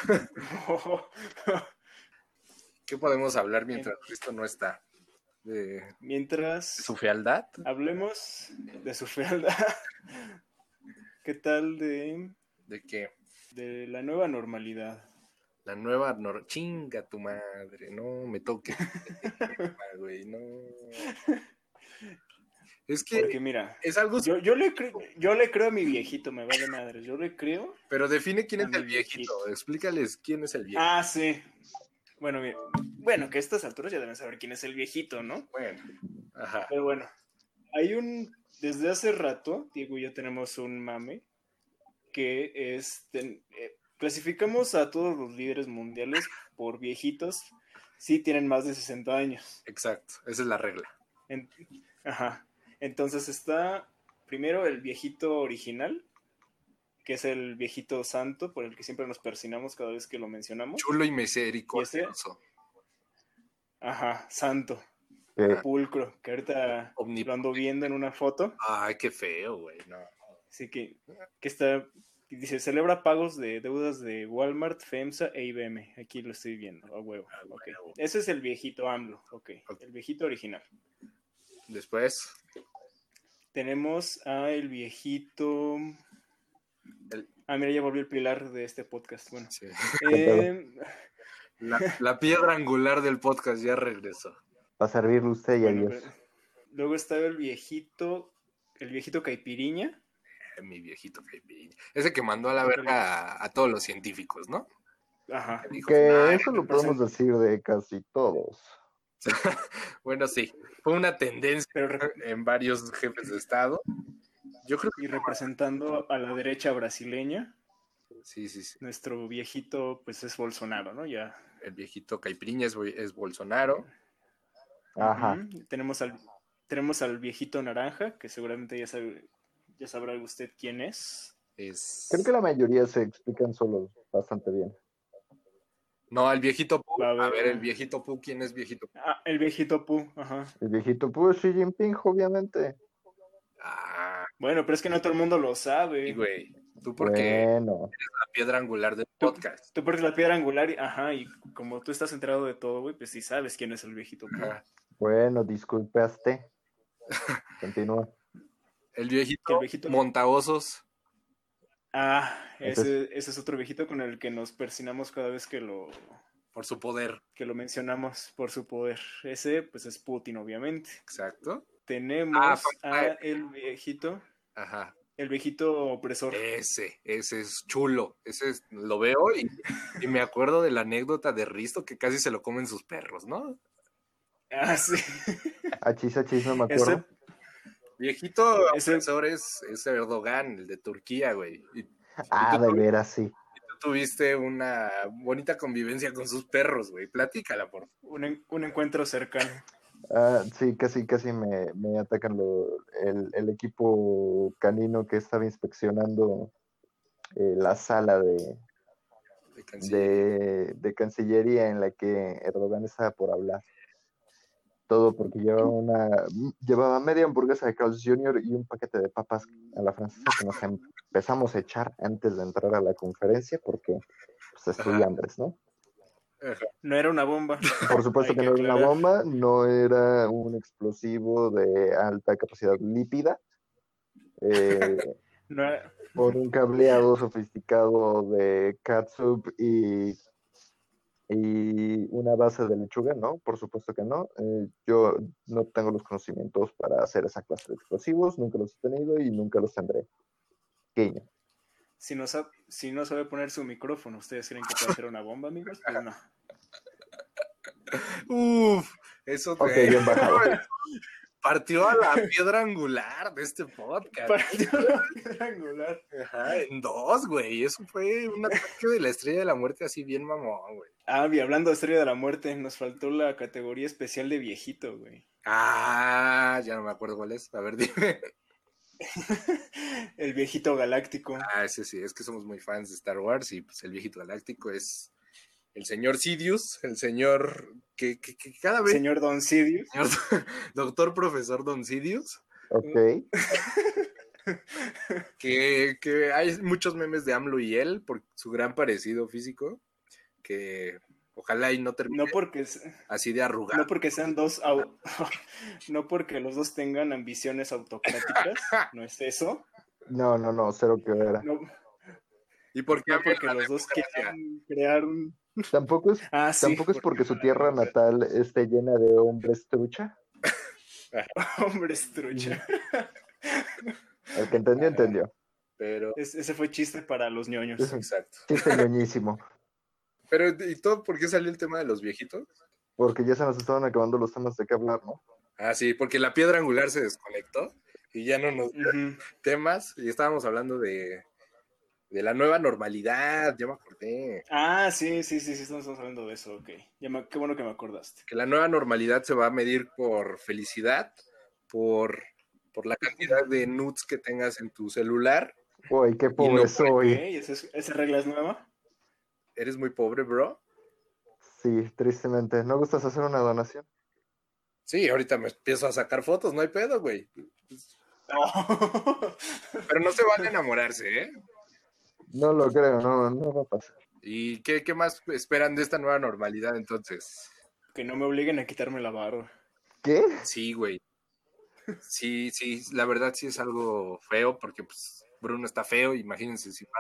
¿Qué podemos hablar mientras Risto no está? De, mientras ¿de su fealdad? Hablemos de su fealdad. ¿Qué tal de... ¿De qué? De la nueva normalidad. La nueva nor... Chinga tu madre, no me toques. Güey, no. Es que porque mira, es algo... yo, yo, le creo, yo le creo a mi viejito, me vale madre, yo le creo. Pero define quién es el viejito. viejito, explícales quién es el viejito. Ah, sí. Bueno, mira, bueno, que a estas alturas ya deben saber quién es el viejito, ¿no? Bueno, ajá. Pero bueno, hay un, desde hace rato, Diego y yo tenemos un mame, que es, ten, eh, clasificamos a todos los líderes mundiales por viejitos, si tienen más de sesenta años. Exacto, esa es la regla. En, ajá. Entonces está primero el viejito original, que es el viejito santo, por el que siempre nos persinamos cada vez que lo mencionamos. Chulo y misericordioso. Ajá, santo. Eh, Pulcro, que ahorita lo ando viendo en una foto. Ay, qué feo, güey, no. Así que, que está, dice, celebra pagos de deudas de Walmart, FEMSA e I B M. Aquí lo estoy viendo, a huevo. Ah, okay. huevo. Ese es el viejito AMLO, ok, okay. El viejito original. Después tenemos a el viejito... El... Ah, mira, ya volvió el pilar de este podcast. Bueno, sí. eh... la, la piedra angular del podcast ya regresó. Va a servirle usted y bueno, adiós. pero... Luego estaba el viejito, el viejito Caipiriña. Eh, mi viejito Caipiriña. Ese que mandó a la verga a, a todos los científicos, ¿no? Ajá. Que, dijo, que eso lo podemos decir de casi todos. Bueno, sí. Fue una tendencia pero... en varios jefes de Estado. Yo creo que... Y representando a la derecha brasileña. Sí, sí, sí. Nuestro viejito, pues, es Bolsonaro, ¿no? Ya. El viejito Caipiriña es, es Bolsonaro. Ajá. Uh-huh. Tenemos al, tenemos al viejito naranja, que seguramente ya sabe, ya sabrá usted quién es. Es... Creo que la mayoría se explican solos bastante bien. No, el viejito Pu. A ver, a ver, el viejito Pu, ¿quién es viejito Pu? Ah, el viejito Pu, ajá. El viejito Pu es Xi Jinping, obviamente. Ah. Bueno, pero es que no todo el mundo lo sabe. Sí, güey. Tú porque bueno. eres la piedra angular del tú, podcast. Tú porque eres la piedra angular, y, ajá, y como tú estás enterado de todo, güey, pues sí sabes quién es el viejito Pu. Ajá. Bueno, disculpaste. Continúa. El viejito, el viejito Montaosos. Ah, ese, Entonces... ese es otro viejito con el que nos persinamos cada vez que lo... Por su poder. Que lo mencionamos por su poder. Ese, pues, es Putin, obviamente. Exacto. Tenemos ah, a el viejito. Ajá. El viejito opresor. Ese, ese es chulo. Ese es, lo veo y, y me acuerdo de la anécdota de Risto que casi se lo comen sus perros, ¿no? Ah, sí. Achis, achis, no me acuerdo. Ese viejito ese... opresor es, es Erdogan, el de Turquía, güey. Y, ah, y tú, de veras, sí. Y tú tuviste una bonita convivencia con sus perros, güey. Platícala, por favor. Un, un encuentro cercano. Ah, sí, casi, casi me, me atacan lo, el, el equipo canino que estaba inspeccionando eh, la sala de, de, Cancillería. de, de Cancillería en la que Erdogan estaba por hablar. Todo porque llevaba una llevaba media hamburguesa de Carl's junior y un paquete de papas a la francesa que nos empezamos a echar antes de entrar a la conferencia porque pues, estudiambres, ¿no? No era una bomba. Por supuesto que, que no era una bomba, no era un explosivo de alta capacidad lípida. Eh, no era... Por un cableado sofisticado de catsup y, y una base de lechuga, ¿no? Por supuesto que no. Eh, yo no tengo los conocimientos para hacer esa clase de explosivos, nunca los he tenido y nunca los tendré. Guiño. Si no, sabe, si no sabe poner su micrófono, ¿ustedes creen que puede ser una bomba, amigos? Pues no. Uf, eso Ok, te bien bajado. partió a la piedra angular de este podcast. Partió la piedra angular. Ajá, en dos, güey. Eso fue un ataque de la estrella de la muerte así bien mamón, güey. Ah, y hablando de Estrella de la Muerte, nos faltó la categoría especial de viejito, güey. Ah, ya no me acuerdo cuál es. A ver, dime. El viejito galáctico. Ah, ese sí, es que somos muy fans de Star Wars y pues el viejito galáctico es el señor Sidious, el señor que, que, que cada vez... Señor Don Sidious. Señor doctor profesor Don Sidious. Ok. Que, que hay muchos memes de AMLO y él por su gran parecido físico, que ojalá y no termine No porque, así de arrugado. no porque sean dos, au- no porque los dos tengan ambiciones autocráticas, no es eso. No, no, no, cero que ver. No, ¿Y por qué no porque la los dos democracia? quieran crear un... Tampoco es, Ah, sí, tampoco es porque su tierra natal esté llena de hombres trucha. hombre estrucha. El que entendió, entendió. Pero, Es- ese fue chiste para los ñoños. Eso. exacto. Chiste ñoñísimo. Pero, ¿y todo por qué salió el tema de los viejitos? Porque ya se nos estaban acabando los temas de qué hablar, ¿no? Ah, sí, porque la piedra angular se desconectó y ya no nos dio Ujú. temas y estábamos hablando de, de la nueva normalidad, ya me acordé. Ah, sí, sí, sí, sí, estamos hablando de eso, ok. Ya me- qué bueno que me acordaste. Que la nueva normalidad se va a medir por felicidad, por, por la cantidad de nudes que tengas en tu celular. Uy, qué pobre no por- soy. Ok, ¿esa, es- esa regla es nueva? ¿Eres muy pobre, bro? Sí, tristemente. ¿No gustas hacer una donación? Sí, ahorita me empiezo a sacar fotos, no hay pedo, güey. No. Pero no se van a enamorarse, ¿eh? No lo creo, no, no va a pasar. ¿Y qué, qué más esperan de esta nueva normalidad entonces? Que no me obliguen a quitarme la barba. ¿Qué? Sí, güey. Sí, sí, la verdad sí es algo feo porque pues Bruno está feo, imagínense si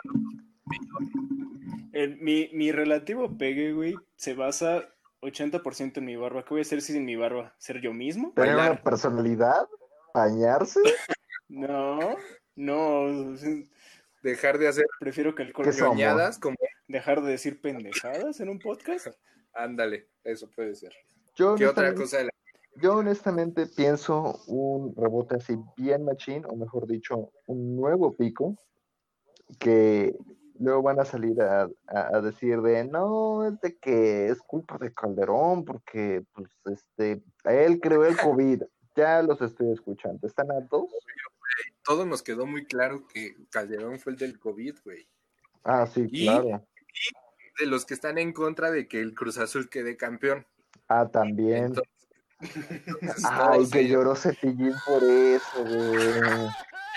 El- mi, mi relativo pegue, güey, se basa ochenta por ciento en mi barba. ¿Qué voy a hacer sin mi barba? ¿Ser yo mismo? ¿Tener Bailar. una personalidad? ¿Bañarse? No, no. dejar de hacer Prefiero que el ¿Qué coño somos? ñoñadas como dejar de decir pendejadas en un podcast. ándale, eso puede ser. Yo ¿Qué otra honestamente, cosa de la... yo honestamente pienso un rebote así bien machín, o mejor dicho, un nuevo pico, que luego van a salir a, a- a decir de, no, es de que es culpa de Calderón, porque pues este, él creó el COVID. Ya los estoy escuchando. ¿Están a dos? Todo nos quedó muy claro que Calderón fue el del COVID, güey. Ah, sí, Y- claro. De los que están en contra de que el Cruz Azul quede campeón. Ah, también. Entonces, entonces Ay, todos que ellos- lloró Cepillín por eso, güey.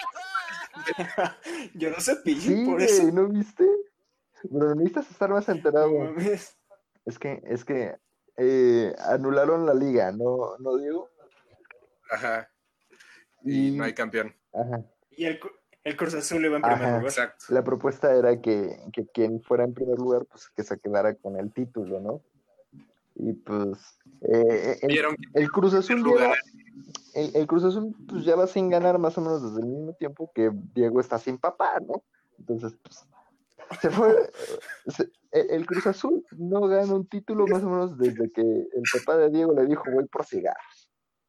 Yo no sé pillo Sí, por güey, eso. ¿no viste? Pero necesitas estar más No enterado. mames. Es que, es que eh, anularon la liga, ¿no, no Diego? Ajá. Y Y, no hay campeón. ajá, Y el, Cru- el Cruz Azul iba en primer Ajá. lugar. Exacto. la propuesta era que, que quien fuera en primer lugar, pues que se quedara con el título, ¿no? Y pues eh, el, Vieron que el Cruz Azul primer lugar. lleva, el, el Cruz Azul pues ya va sin ganar más o menos desde el mismo tiempo que Diego está sin papá, ¿no? Entonces, pues, se fue, se- el, el Cruz Azul no gana un título más o menos desde que el papá de Diego le dijo voy por cigarros.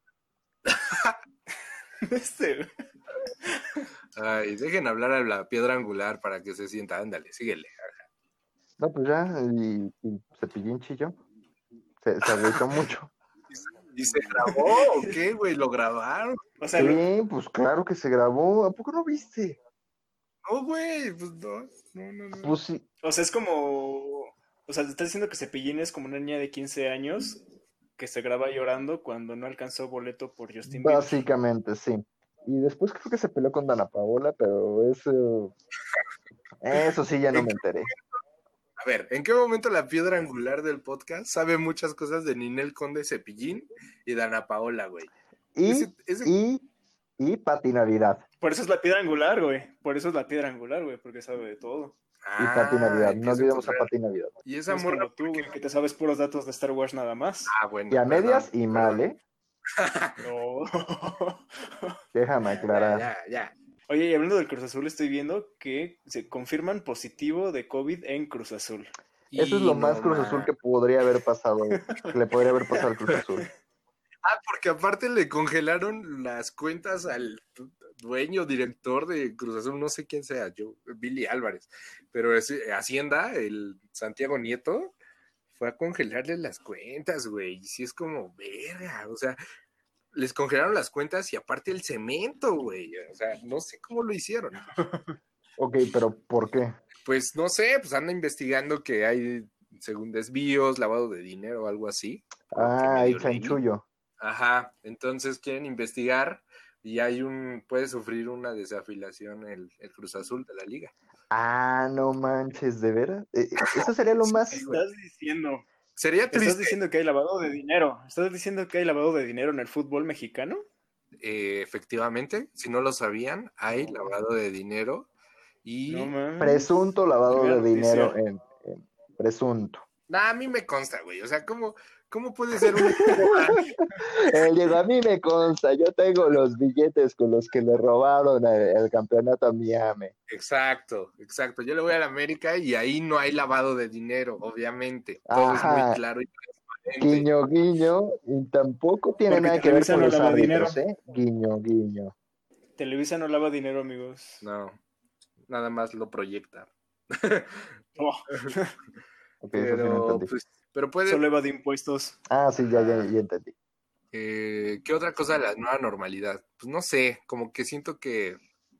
Este, Ay, dejen hablar a la piedra angular para que se sienta. Ándale, síguele. No, pues ya, y, y Cepillín chilló, se, se agüitó mucho. ¿Y se grabó o qué, güey? ¿Lo grabaron? o sea, lo- Sí, pues claro que se grabó, ¿a poco no viste? No, güey, pues no. No, no, no. Pues sí, o sea, es como. O sea, te estás diciendo que Cepillín es como una niña de quince años que se graba llorando cuando no alcanzó boleto por Justin Bieber. básicamente sí. Y después creo que se peleó con Dana Paola, pero eso, eso sí ya no me enteré. A ver, ¿en qué momento la piedra angular del podcast sabe muchas cosas de Ninel Conde, Cepillín y Dana Paola, güey? Y, Ese- ese- y, y Pati Navidad. Por eso es la piedra angular, güey. Por eso es la piedra angular, güey, porque sabe de todo. Y Pati Navidad. que No es olvidemos a encontrar- Pati Navidad. Y No esa es morra, como tú, güey, que te sabes puros datos de Star Wars nada más. ah, bueno. Y a perdón, medias y mal, perdón. ¿eh? No. Déjame Ya, aclarar. ya, ya. Oye, y hablando del Cruz Azul, estoy viendo que se confirman positivo de COVID en Cruz Azul. Eso es lo Y más no Cruz Azul más. que podría haber pasado, que le podría haber pasado al Cruz Azul. Ah, porque aparte le congelaron las cuentas al dueño, director de Cruz Azul, no sé quién sea, yo, Billy Álvarez, pero es, Hacienda, el Santiago Nieto, fue a congelarle las cuentas, güey, y sí es como, verga, o sea, les congelaron las cuentas y aparte el cemento, güey, o sea, no sé cómo lo hicieron. Ok, pero ¿por qué? Pues no sé, pues anda investigando que hay, según desvíos, lavado de dinero o algo así. por lo que Ah, hay medio leí. chanchullo. Ajá, entonces quieren investigar y hay un, puede sufrir una desafilación el, el Cruz Azul de la liga. Ah, no manches, ¿de veras? Eh, eh, Eso sería lo más... Sí, güey. Estás diciendo, Sería estás triste. diciendo que hay lavado de dinero. ¿Estás diciendo que hay lavado de dinero en el fútbol mexicano? Eh, efectivamente, si no lo sabían, hay No. lavado de dinero y... No mames. Presunto lavado Primera de dinero noticia. en, en- presunto. Nah, a mí me consta, güey. O sea, ¿cómo, cómo puede ser un equipo Él digo, a mí me consta, yo tengo los billetes con los que le robaron el, el campeonato a Miami. Exacto, exacto. Yo le voy a la América y ahí no hay lavado de dinero, obviamente. Todo es muy Ajá, claro y transparente. guiño, guiño, y tampoco tiene Porque nada que ver Televisa con no los lava árbitros, dinero. ¿eh? Guiño, guiño. Televisa no lava dinero, amigos. No, nada más lo proyecta. Oh, Ok, eso sí no Pero, entendí. pues, pero puede, solo eva de impuestos. Ah, sí, ya, ya, ya entendí. eh, ¿qué otra cosa de la nueva normalidad? Pues no sé, como que siento que,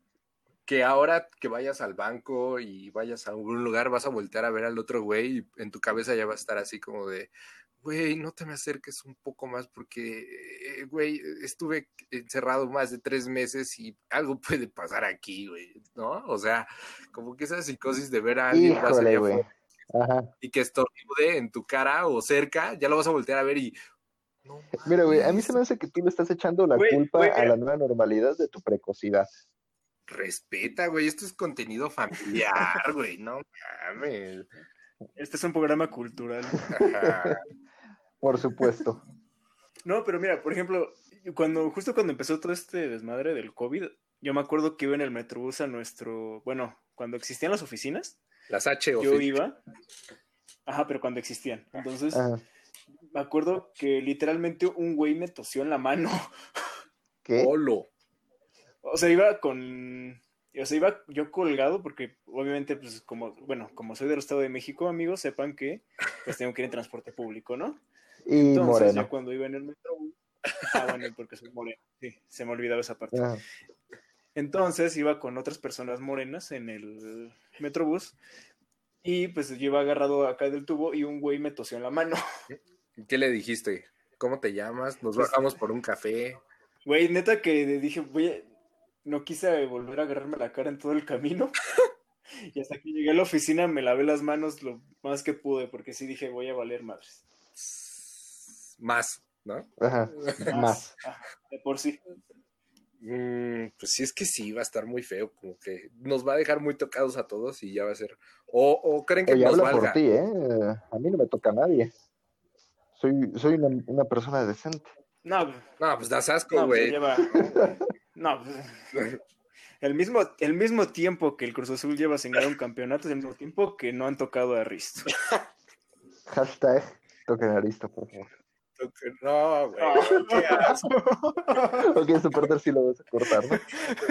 que ahora que vayas al banco y vayas a algún lugar, vas a voltear a ver al otro güey y en tu cabeza ya va a estar así como de, güey, no te me acerques un poco más porque, eh, güey, estuve encerrado más de tres meses y algo puede pasar aquí, güey, ¿no? O sea, como que esa psicosis de ver a alguien más Híjole, allá güey. afuera Ajá. y que estornude en tu cara o cerca, ya lo vas a voltear a ver y no Mira, güey, a mí mames, se me hace que tú le estás echando la Güey, culpa güey, a mira. la nueva normalidad de tu precocidad. respeta, güey, esto es contenido familiar, güey, no mames. Este es un programa cultural. Ajá. Por supuesto. No, pero mira, por ejemplo, cuando justo cuando empezó todo este desmadre del COVID, yo me acuerdo que iba en el Metrobús a nuestro, bueno, cuando existían las oficinas, Las H yo oficinas. iba, ajá, pero cuando existían. Entonces, Ajá. me acuerdo que literalmente un güey me tosió en la mano. ¿Qué? Olo. O sea, iba con, o sea, iba yo colgado porque obviamente, pues como, bueno, como soy del Estado de México, amigos, sepan que pues tengo que ir en transporte público, ¿no? Y Entonces, ya moreno. cuando iba en el Metrobús, ah, bueno, porque soy moreno, sí, se me olvidaba esa parte. Ajá. Entonces iba con otras personas morenas en el Metrobús y pues yo iba agarrado acá del tubo y un güey me tosió en la mano. ¿Qué le dijiste? ¿Cómo te llamas? Nos Pues- bajamos por un café. Güey, neta que dije, voy a- no quise volver a agarrarme la cara en todo el camino. Y hasta que llegué a la oficina me lavé las manos lo más que pude, porque sí dije, voy a valer madres. Más, ¿no? Ajá. Más. Ajá, de por sí. Mm, pues sí, es que sí, va a estar muy feo, como que nos va a dejar muy tocados a todos y ya va a ser. O, o creen que Oye, nos habla valga. por ti, ¿eh? A mí no me toca a nadie. Soy, soy una, una persona decente. No, No, pues das asco, no, pues güey. lleva. No, pues, el mismo, el mismo tiempo que el Cruz Azul lleva sin ganar un campeonato es el mismo tiempo que no han tocado a Risto. Hashtag toquen a Aristo, por favor. No, güey. Qué asco. Ok, esa parte sí lo vas a cortar, ¿no?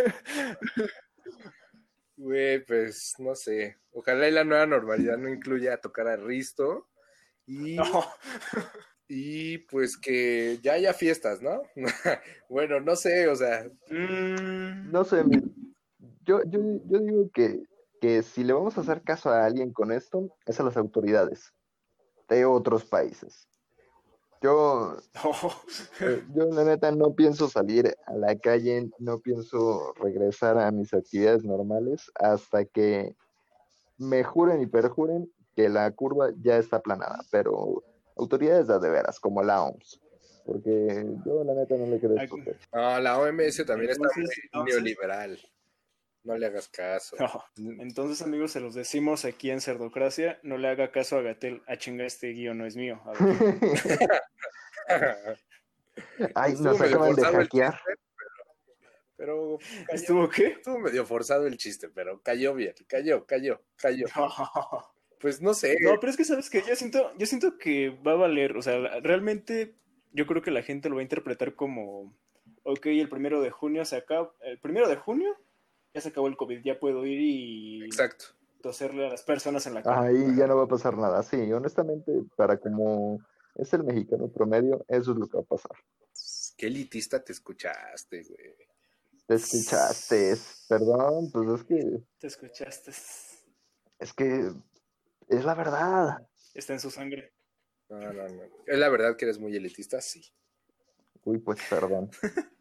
Güey, pues no sé. Ojalá y la nueva normalidad no incluya tocar a Risto. Y, No. y pues que ya haya fiestas, ¿no? Bueno, no sé, o sea, Mm, No sé, mi- yo, yo, yo digo que, que si le vamos a hacer caso a alguien con esto, es a las autoridades de otros países. Yo, no. eh, yo la neta no pienso salir a la calle, no pienso regresar a mis actividades normales hasta que me juren y perjuren que la curva ya está aplanada, pero autoridades de, de veras, como la O M S, porque yo la neta no le creo estos hechos. no, la O M S también está Entonces, muy entonces- neoliberal. No le hagas caso. No. Entonces, amigos, se los decimos aquí en Cerdocracia, no le haga caso a Gatel, a chinga este guión no es mío. A ver. Ay, Estuvo nos medio acaban de forzado el hackear. chiste, pero cayó, ¿Estuvo qué? estuvo medio forzado el chiste, pero cayó bien, cayó, cayó, cayó. Pues no sé. No, pero es que sabes que yo siento, yo siento que va a valer, o sea, realmente yo creo que la gente lo va a interpretar como, ok, el primero de junio se acaba, el primero de junio ya se acabó el COVID, ya puedo ir y Exacto. toserle a las personas en la cara. Ahí ya no va a pasar nada. Sí, honestamente, para como es el mexicano promedio, eso es lo que va a pasar. Qué elitista te escuchaste, güey. Te escuchaste, perdón, pues es que, Te escuchaste. es que es la verdad. Está en su sangre. No, no, no. Es la verdad que eres muy elitista, sí. Uy, pues perdón.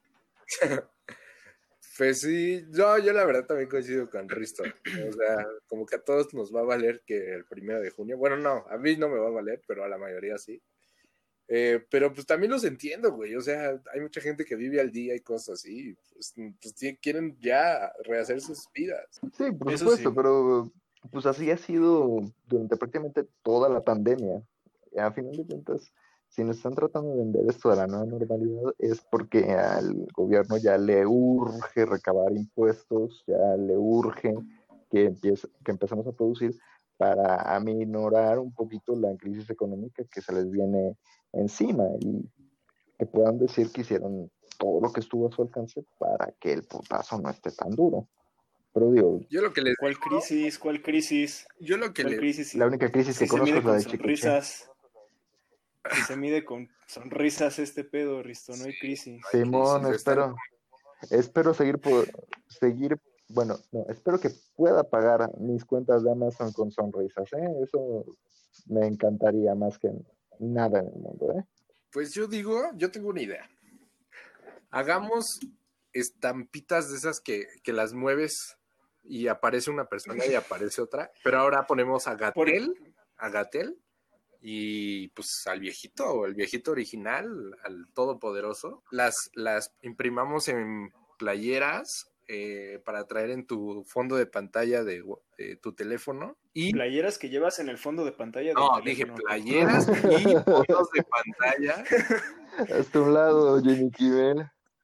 Pues sí, yo, yo la verdad también coincido con Risto. O sea, como que a todos nos va a valer que el primero de junio. Bueno, no, a mí no me va a valer, pero a la mayoría sí. Eh, pero pues también los entiendo, güey. O sea, hay mucha gente que vive al día y cosas así. Pues, pues t- quieren ya rehacer sus vidas. Sí, por Eso supuesto, sí. pero pues así ha sido durante prácticamente toda la pandemia. A final de cuentas, si nos están tratando de vender esto de la nueva normalidad, es porque al gobierno ya le urge recabar impuestos, ya le urge que, empiece, que empezamos a producir para aminorar un poquito la crisis económica que se les viene encima y que puedan decir que hicieron todo lo que estuvo a su alcance para que el putazo no esté tan duro. Pero digo, Yo lo que les ¿Cuál crisis? ¿Cuál crisis? yo lo que ¿Cuál les crisis? la única crisis Si que se conozco mide es la con de Chicoche. sonrisas. Si se mide con sonrisas este pedo, Risto, no hay crisis. Simón, crisis, espero, espero seguir por, seguir, bueno, no, espero que pueda pagar mis cuentas de Amazon con sonrisas, ¿eh? Eso me encantaría más que nada en el mundo, ¿eh? Pues yo digo, yo tengo una idea. Hagamos estampitas de esas que, que las mueves y aparece una persona y aparece otra, pero ahora ponemos a Gatel, a Gatel y pues al viejito, el viejito original, al todopoderoso, las, las imprimamos en playeras eh, para traer en tu fondo de pantalla de, de tu teléfono y Playeras que llevas en el fondo de pantalla del no, dije teléfono. playeras y fondos de pantalla. Hasta un lado, Jimmy Kimmel.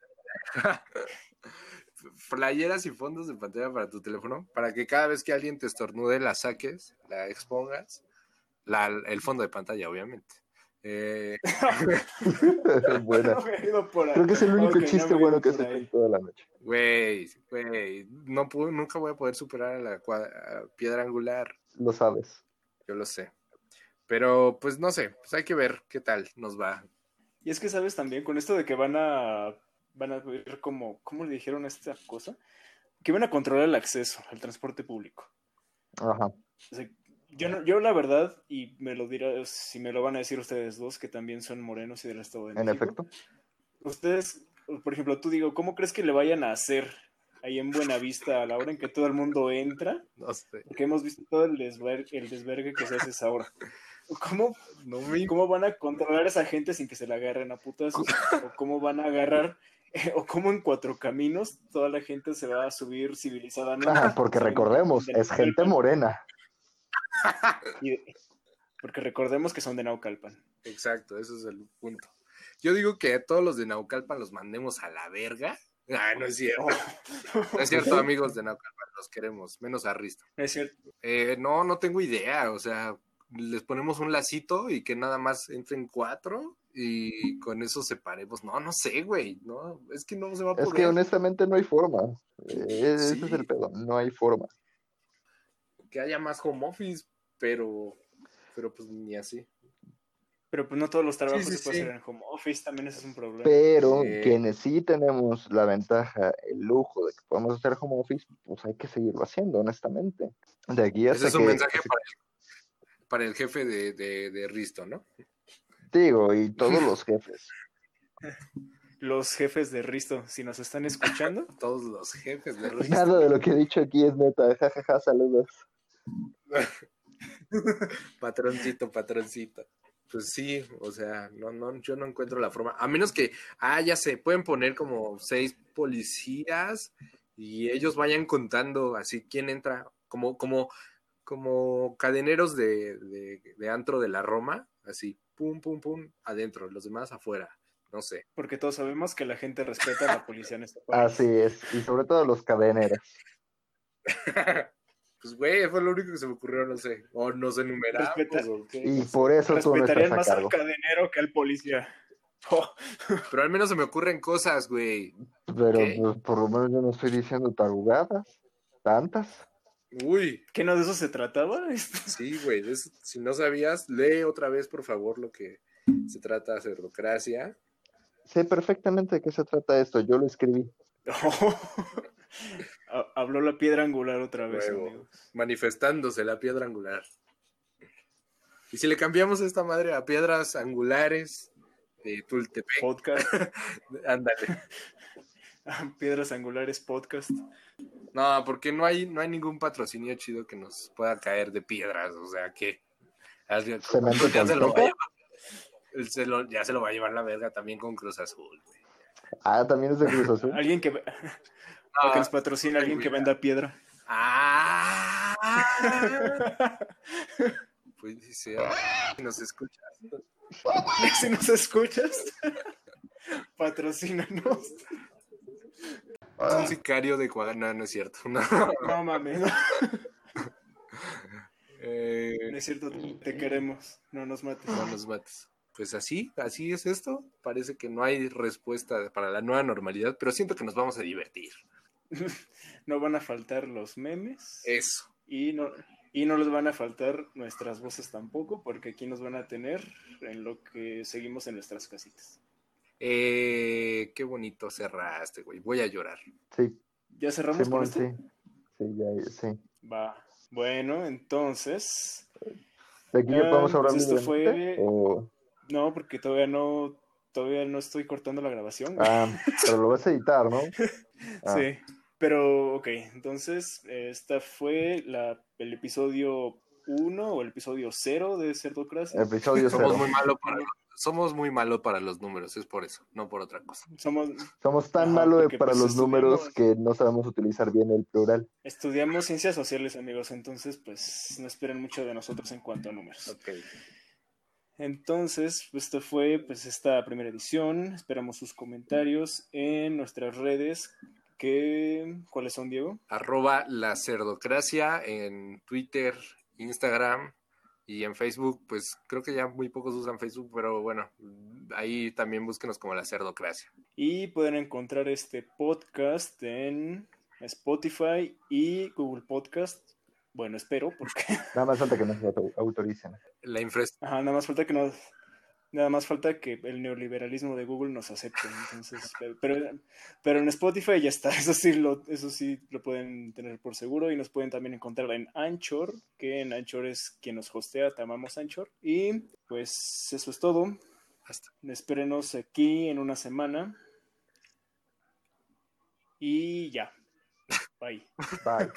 Playeras y fondos de pantalla para tu teléfono, para que cada vez que alguien te estornude la saques, la expongas, la, el fondo de pantalla, obviamente. Eh... Buena. No por ahí. Creo que es el único Ok, chiste no me bueno iba que por se hecho ahí. en toda la noche. Güey, güey, no puedo, nunca voy a poder superar a la cuadra, a piedra angular. Lo sabes. Yo lo sé. Pero pues no sé, pues hay que ver qué tal nos va. Y es que sabes también, con esto de que van a van a ver como, ¿cómo le dijeron esta cosa? Que van a controlar el acceso al transporte público. Ajá. O sea, yo, no, yo la verdad, y me lo dirá, si me lo van a decir ustedes dos, que también son morenos y del Estado de En México. efecto. Ustedes, por ejemplo, tú digo, ¿cómo crees que le vayan a hacer ahí en Buenavista a la hora en que todo el mundo entra? No sé. Porque hemos visto todo el desvergue, el desvergue que se hace a esa hora. ¿Cómo, No me... ¿Cómo van a controlar a esa gente sin que se la agarren a putazos? ¿O cómo van a agarrar, eh, o cómo en Cuatro Caminos toda la gente se va a subir civilizadamente? Ah, porque recordemos, es gente morena. Y, porque recordemos que son de Naucalpan. Exacto, ese es el punto. Yo digo que a todos los de Naucalpan los mandemos a la verga. Ah, no es cierto. No es cierto, amigos de Naucalpan, los queremos, menos a Risto. Es cierto. Eh, no, no tengo idea, o sea, les ponemos un lacito y que nada más entren cuatro y con eso separemos. No, no sé, güey, no, es que no se va a poder. Es que honestamente no hay forma. Eh, ese Sí. es el pedo, no hay forma. Que haya más home office, pero, pero pues ni así. Pero pues no todos los trabajos Sí, sí, se pueden sí. hacer en home office, también ese es un problema. Pero Eh. quienes sí tenemos la ventaja, el lujo de que podemos hacer home office, pues hay que seguirlo haciendo, honestamente. De aquí hasta Ese es un que, mensaje para el, para el jefe de, de, de Risto, ¿no? digo, y todos los jefes. Los jefes de Risto, si nos están escuchando. Todos los jefes de Risto. Nada de lo que he dicho aquí es neta, jajaja, ja, ja, saludos. Patroncito, patroncito. Pues sí, o sea, no, no, yo no encuentro la forma. A menos que, ah, ya sé, pueden poner como seis policías y ellos vayan contando así quién entra, como, como, como cadeneros de, de, de antro de la Roma, así, pum, pum, pum, adentro, los demás afuera, no sé. Porque todos sabemos que la gente respeta a la policía en este país. Así es, y sobre todo los cadeneros. Pues, güey, fue lo único que se me ocurrió, no sé. O nos enumeramos, Respeta- o qué. Y no sé. por eso tú no Respetarían estás a más al cargo. cadenero que al policía. Oh, Pero al menos se me ocurren cosas, güey. Pero ¿Qué? pues, por lo menos yo no estoy diciendo tarugadas, tantas. Uy, ¿qué no de eso se trataba? sí, güey. de eso- Si no sabías, lee otra vez, por favor, lo que se trata de Cerdocracia. Sé perfectamente de qué se trata esto, yo lo escribí. Oh. Ha- Habló la piedra angular otra vez, Nuevo, amigos. manifestándose la piedra angular. Y si le cambiamos esta madre a piedras angulares de Tultepec, Podcast. ándale. Piedras angulares podcast. No, porque no hay, no hay ningún patrocinio chido que nos pueda caer de piedras, o sea que alguien- Cemento ya, se lo va a Tolteca. llevar, él se lo- ya se lo va a llevar la verga también con Cruz Azul, güey. Ah, también es de Cruz Azul. Alguien que, o que nos patrocine, alguien que venda piedra. Ah, pues dice, si nos escuchas. Si nos escuchas, patrocínanos. Es un sicario de Cuadra, no, no es cierto. No. No mames, no, Eh, no es cierto, te queremos, no nos mates. no nos mates. Pues así, así es esto. Parece que no hay respuesta para la nueva normalidad, pero siento que nos vamos a divertir. No van a faltar los memes Eso. y no, y no les van a faltar nuestras voces tampoco, porque aquí nos van a tener en lo que seguimos en nuestras casitas. Eh, qué bonito cerraste, güey. Voy a llorar. Sí, ¿Ya cerramos con Simón, esto? sí. Sí, ya, sí. Va. Bueno, entonces, ¿De aquí ya Ah, podemos hablar pues esto libremente? fue- O... no, porque todavía no, todavía no estoy cortando la grabación. güey. Ah, pero lo vas a editar, ¿no? Ah, Sí, pero ok, entonces eh, esta fue la, el episodio uno o el episodio cero de Cerdocracia. Episodio Somos cero. muy malos para, somos muy malo para los números, es por eso, no por otra cosa. Somos, Somos tan Ajá, malos porque, para pues, los números estudiamos- que no sabemos utilizar bien el plural. estudiamos ciencias sociales, amigos, entonces pues no esperen mucho de nosotros en cuanto a números. Ok. Entonces, pues, esto fue pues esta primera edición. Esperamos sus comentarios en nuestras redes. Que, ¿cuáles son, Diego? Arroba la Cerdocracia en Twitter, Instagram y en Facebook. Pues creo que ya muy pocos usan Facebook, pero bueno, ahí también búsquenos como la Cerdocracia. Y pueden encontrar este podcast en Spotify y Google Podcast. Bueno, espero, porque Nada más falta que nos auto- autoricen. La infraestructura. ajá, nada más falta que nos, nada más falta que el neoliberalismo de Google nos acepte. Entonces, pero, pero, pero en Spotify ya está. Eso sí lo, eso sí lo pueden tener por seguro. Y nos pueden también encontrar en Anchor, que en Anchor es quien nos hostea. Te amamos, Anchor. Y pues eso es todo. Hasta. Espérenos aquí en una semana. Y ya. Bye. Bye.